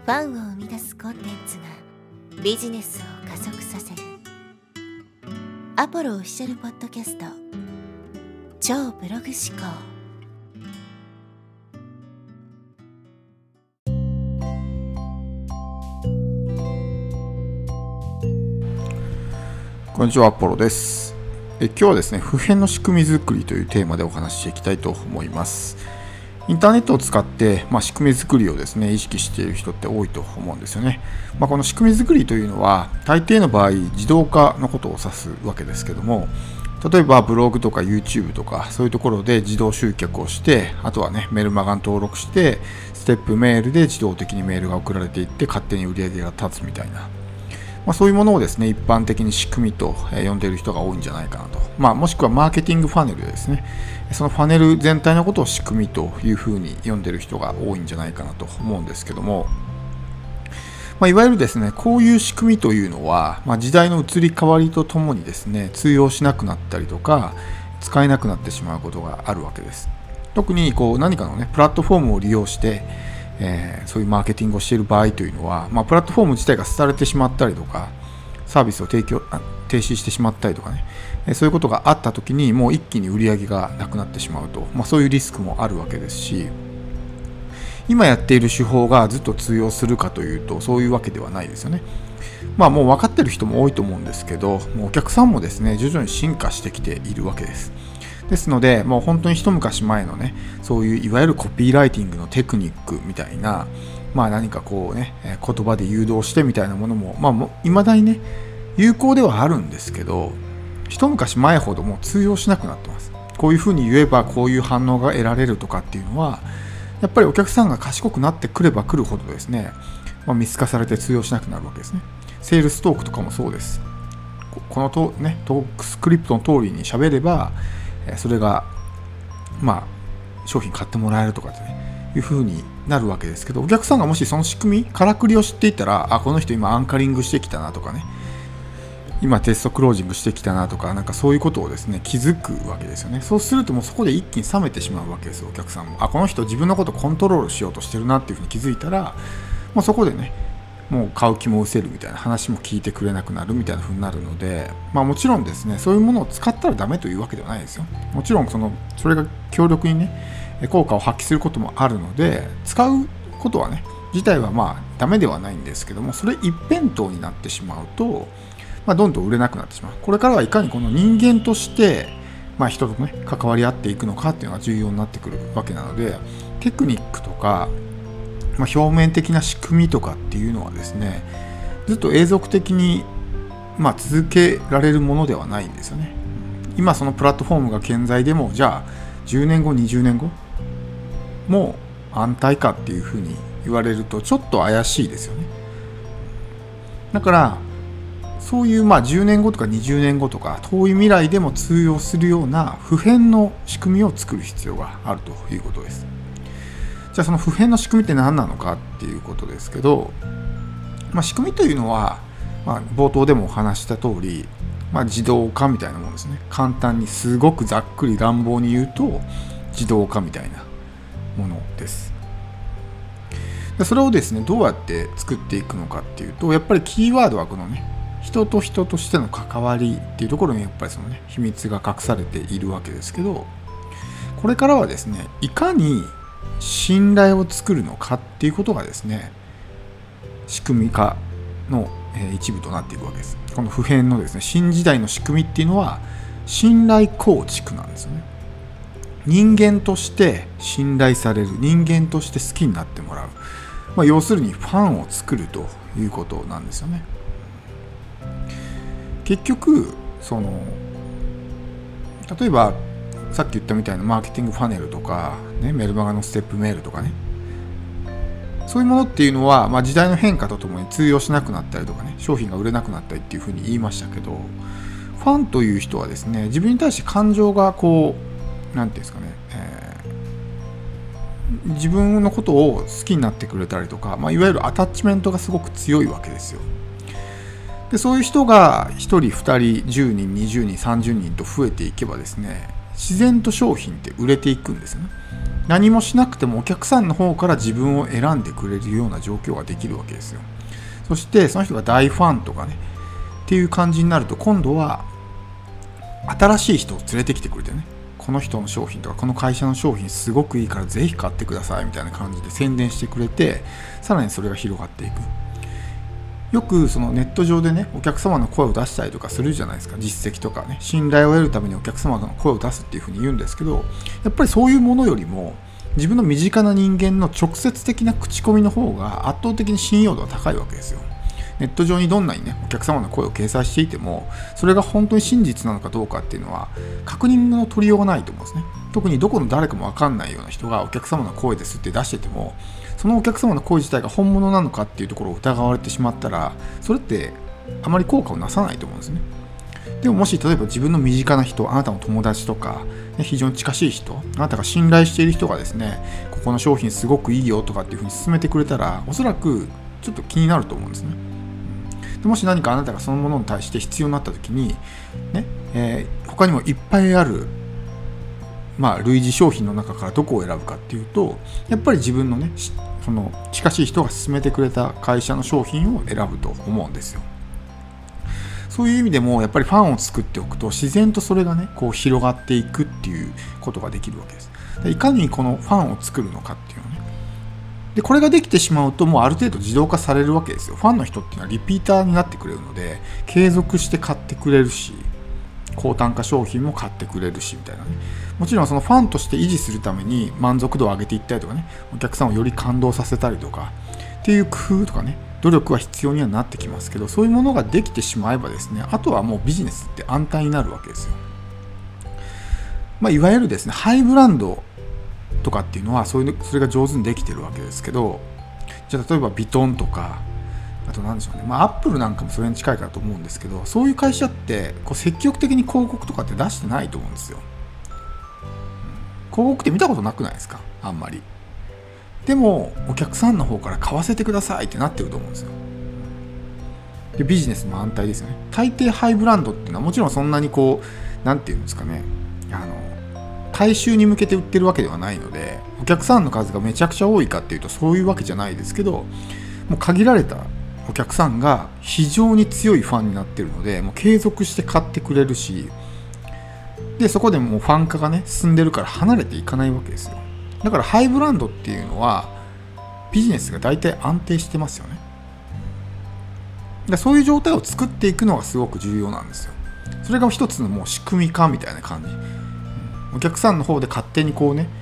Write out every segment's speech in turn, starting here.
ファンを生み出すコンテンツがビジネスを加速させるアポロオフィシャルポッドキャスト超ブログ思考。 こんにちは、アポロです。今日はですね、普遍の仕組み作りというテーマでお話ししていきたいと思います。インターネットを使って、仕組み作りをですね、意識している人って多いと思うんですよね。この仕組み作りというのは、大抵の場合、自動化のことを指すわけですけども、例えばブログとか YouTube とかそういうところで自動集客をして、あとはね、メルマガに登録して、ステップメールで自動的にメールが送られていって、勝手に売り上げが立つみたいな。そういうものをですね、一般的に仕組みと呼んでいる人が多いんじゃないかなと。もしくはマーケティングファネルですね。そのファネル全体のことを仕組みというふうに呼んでいる人が多いんじゃないかなと思うんですけども、いわゆるですね、こういう仕組みというのは、時代の移り変わりとともにですね、通用しなくなったりとか、使えなくなってしまうことがあるわけです。特に何かのね、プラットフォームを利用して、そういうマーケティングをしている場合というのは、プラットフォーム自体が廃れてしまったりとか、サービスを停止してしまったりとかね、そういうことがあったときにもう一気に売り上げがなくなってしまうと、そういうリスクもあるわけですし、今やっている手法がずっと通用するかというと、そういうわけではないですよね。もう分かっている人も多いと思うんですけど、もうお客さんもですね、徐々に進化してきているわけです。ですので、もう本当に一昔前のね、そういういわゆるコピーライティングのテクニックみたいな、何か言葉で誘導してみたいなものも、未だにね、有効ではあるんですけど、一昔前ほどもう通用しなくなってます。こういうふうに言えばこういう反応が得られるとかっていうのは、やっぱりお客さんが賢くなってくればくるほどですね、見透かされて通用しなくなるわけですね。セールストークとかもそうです。このトークスクリプトの通りに喋れば、それが商品買ってもらえるとかね、いう風になるわけですけど、お客さんがもしその仕組み、からくりを知っていたら、この人今アンカリングしてきたなとかね、今テストクロージングしてきたなとか、そういうことをですね、気づくわけですよね。そうするともうそこで一気に冷めてしまうわけですよ、お客さんも。この人自分のことをコントロールしようとしてるなっていう風に気づいたら、もうそこでね、もう買う気も失せるみたいな話も聞いてくれなくなるみたいな風になるので、もちろんですね、そういうものを使ったらダメというわけではないですよ。もちろんそれが強力にね、効果を発揮することもあるので、使うことはね、自体はダメではないんですけども、それ一辺倒になってしまうと、どんどん売れなくなってしまう。これからはいかにこの人間として、人とね、関わり合っていくのかっていうのが重要になってくるわけなので、テクニックとか、表面的な仕組みとかっていうのはですね、ずっと永続的に、続けられるものではないんですよね。今そのプラットフォームが健在でも、じゃあ10年後20年後もう安泰かっていうふうに言われるとちょっと怪しいですよね。だからそういう10年後とか20年後とか遠い未来でも通用するような普遍の仕組みを作る必要があるということです。じゃあその普遍の仕組みって何なのかっていうことですけど、仕組みというのは、冒頭でもお話した通り、自動化みたいなものですね。簡単にすごくざっくり乱暴に言うと自動化みたいなものです。でそれをですね、どうやって作っていくのかっていうと、やっぱりキーワードはこのね、人と人としての関わりっていうところにやっぱりそのね、秘密が隠されているわけですけど、これからはですね、いかに信頼を作るのかっていうことがですね、仕組み化の一部となっていくわけです。この普遍のですね、新時代の仕組みっていうのは信頼構築なんですよね。人間として信頼される、人間として好きになってもらう、要するにファンを作るということなんですよね。結局例えばさっき言ったみたいなマーケティングファネルとか、メルマガのステップメールとかね、そういうものっていうのは、時代の変化とともに通用しなくなったりとかね、商品が売れなくなったりっていうふうに言いましたけど、ファンという人はですね、自分に対して感情がなんていうんですかね、自分のことを好きになってくれたりとか、いわゆるアタッチメントがすごく強いわけですよ。でそういう人が1人2人10人20人30人と増えていけばですね、自然と商品って売れていくんですよね。 何もしなくてもお客さんの方から自分を選んでくれるような状況ができるわけですよ。そしてその人が大ファンとかねっていう感じになると、今度は新しい人を連れてきてくれてね、この人の商品とかこの会社の商品すごくいいからぜひ買ってくださいみたいな感じで宣伝してくれて、さらにそれが広がっていく。よくそのネット上でね、お客様の声を出したりとかするじゃないですか。実績とかね、信頼を得るためにお客様の声を出すっていうふうに言うんですけど、やっぱりそういうものよりも自分の身近な人間の直接的な口コミの方が圧倒的に信用度が高いわけですよ。ネット上にどんなにね、お客様の声を掲載していても、それが本当に真実なのかどうかっていうのは確認の取りようがないと思うんですね。特にどこの誰かも分かんないような人がお客様の声ですって出してても、そのお客様の声自体が本物なのかっていうところを疑われてしまったら、それってあまり効果をなさないと思うんですね。でももし例えば自分の身近な人、あなたの友達とか、ね、非常に近しい人、あなたが信頼している人がですね、ここの商品すごくいいよとかっていうふうに勧めてくれたら、おそらくちょっと気になると思うんですね。でもし何かあなたがそのものに対して必要になった時に、ね他にもいっぱいある、類似商品の中からどこを選ぶかっていうと、やっぱり自分のね、その近しい人が勧めてくれた会社の商品を選ぶと思うんですよ。そういう意味でもやっぱりファンを作っておくと、自然とそれがね、こう広がっていくっていうことができるわけです。でいかにこのファンを作るのかっていうのね。でこれができてしまうと、もうある程度自動化されるわけですよ。ファンの人っていうのはリピーターになってくれるので、継続して買ってくれるし、高単価商品も買ってくれるしみたいなね。もちろんそのファンとして維持するために満足度を上げていったりとかね、お客さんをより感動させたりとかっていう工夫とかね、努力は必要にはなってきますけど、そういうものができてしまえばですね、あとはもうビジネスって安泰になるわけですよ。いわゆるですね、ハイブランドとかっていうのはそれが上手にできてるわけですけど、じゃあ例えばビトンとか、あと何でしょうね、アップルなんかもそれに近いかと思うんですけど、そういう会社ってこう積極的に広告とかって出してないと思うんですよ。広告って見たことなくないですか、あんまり。でもお客さんの方から買わせてくださいってなってると思うんですよ。でビジネスも安泰ですよね。大抵ハイブランドっていうのはもちろんそんなにこう、なんていうんですかね、大衆に向けて売ってるわけではないので、お客さんの数がめちゃくちゃ多いかっていうとそういうわけじゃないですけど、もう限られたお客さんが非常に強いファンになってるので、もう継続して買ってくれるし、でそこでもうファン化がね進んでるから離れていかないわけですよ。だからハイブランドっていうのはビジネスが大体安定してますよね。でそういう状態を作っていくのがすごく重要なんですよ。それが一つのもう仕組み化みたいな感じ。お客さんの方で勝手にこうね、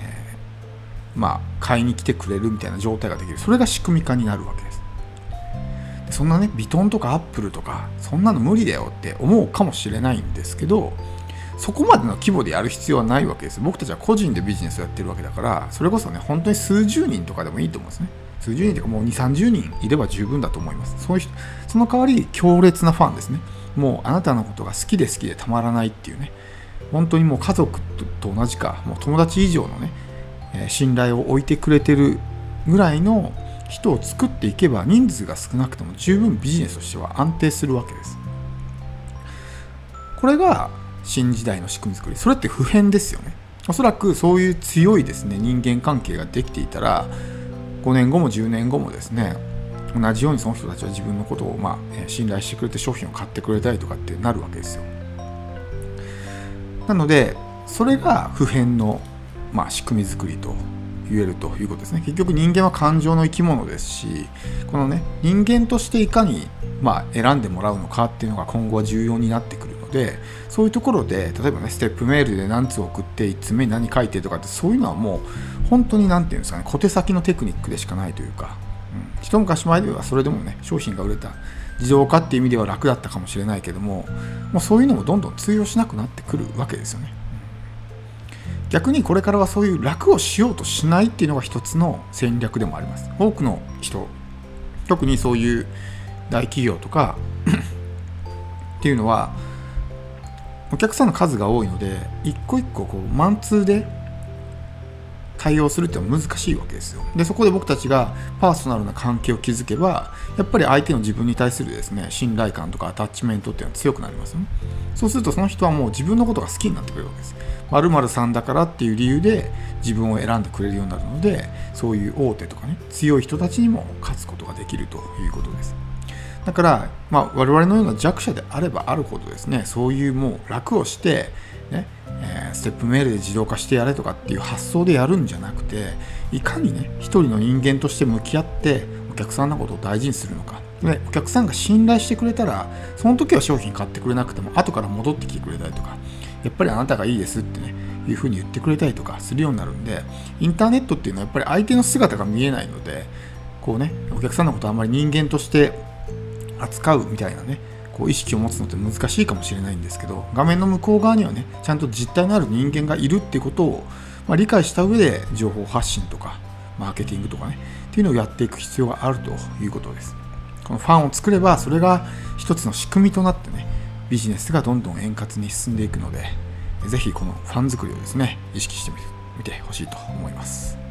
買いに来てくれるみたいな状態ができる。それが仕組み化になるわけです。でそんなね、ビトンとかアップルとかそんなの無理だよって思うかもしれないんですけど、そこまでの規模でやる必要はないわけです。僕たちは個人でビジネスをやってるわけだから、それこそね、本当に数十人とかでもいいと思うんですね。数十人というかもう2、30人いれば十分だと思います。そういう人、その代わり強烈なファンですね。もうあなたのことが好きで好きでたまらないっていうね、本当にもう家族と同じか、もう友達以上のね、信頼を置いてくれてるぐらいの人を作っていけば、人数が少なくても十分ビジネスとしては安定するわけです。これが新時代の仕組み作り。それって普遍ですよね。おそらくそういう強いですね、人間関係ができていたら、5年後も10年後もですね、同じようにその人たちは自分のことを信頼してくれて商品を買ってくれたりとかってなるわけですよ。なのでそれが普遍の仕組み作りと言えるということですね。結局人間は感情の生き物ですし、このね、人間としていかに選んでもらうのかっていうのが今後は重要になってくるので、そういうところで例えばね、ステップメールで何通送って1つ目に何書いてとかって、そういうのはもう本当になんていうんですかね、小手先のテクニックでしかないというか、一昔前ではそれでもね、商品が売れた、自動化っていう意味では楽だったかもしれないけども、もうそういうのもどんどん通用しなくなってくるわけですよね。逆にこれからはそういう楽をしようとしないっていうのが一つの戦略でもあります。多くの人、特にそういう大企業とかっていうのはお客さんの数が多いので、一個一個こうマンツーで対応するっていうのは難しいわけですよ。でそこで僕たちがパーソナルな関係を築けば、やっぱり相手の自分に対するですね信頼感とかアタッチメントっていうのは強くなりますよね。そうするとその人はもう自分のことが好きになってくれるわけです。〇〇さんだからっていう理由で自分を選んでくれるようになるので、そういう大手とかね強い人たちにも勝つことができるということです。だから、我々のような弱者であればあるほどですね、そういうもう楽をして、ねステップメールで自動化してやれとかっていう発想でやるんじゃなくて、いかにね一人の人間として向き合ってお客さんのことを大事にするのか。でお客さんが信頼してくれたら、その時は商品買ってくれなくても後から戻ってきてくれたりとか、やっぱりあなたがいいですってねいうふうに言ってくれたりとかするようになるんで、インターネットっていうのはやっぱり相手の姿が見えないので、こうねお客さんのことをあんまり人間として扱うみたいなねこう意識を持つのって難しいかもしれないんですけど、画面の向こう側にはねちゃんと実体のある人間がいるっていうことを、理解した上で情報発信とかマーケティングとかねっていうのをやっていく必要があるということです。このファンを作れば、それが一つの仕組みとなってねビジネスがどんどん円滑に進んでいくので、ぜひこのファン作りをですね意識してみてほしいと思います。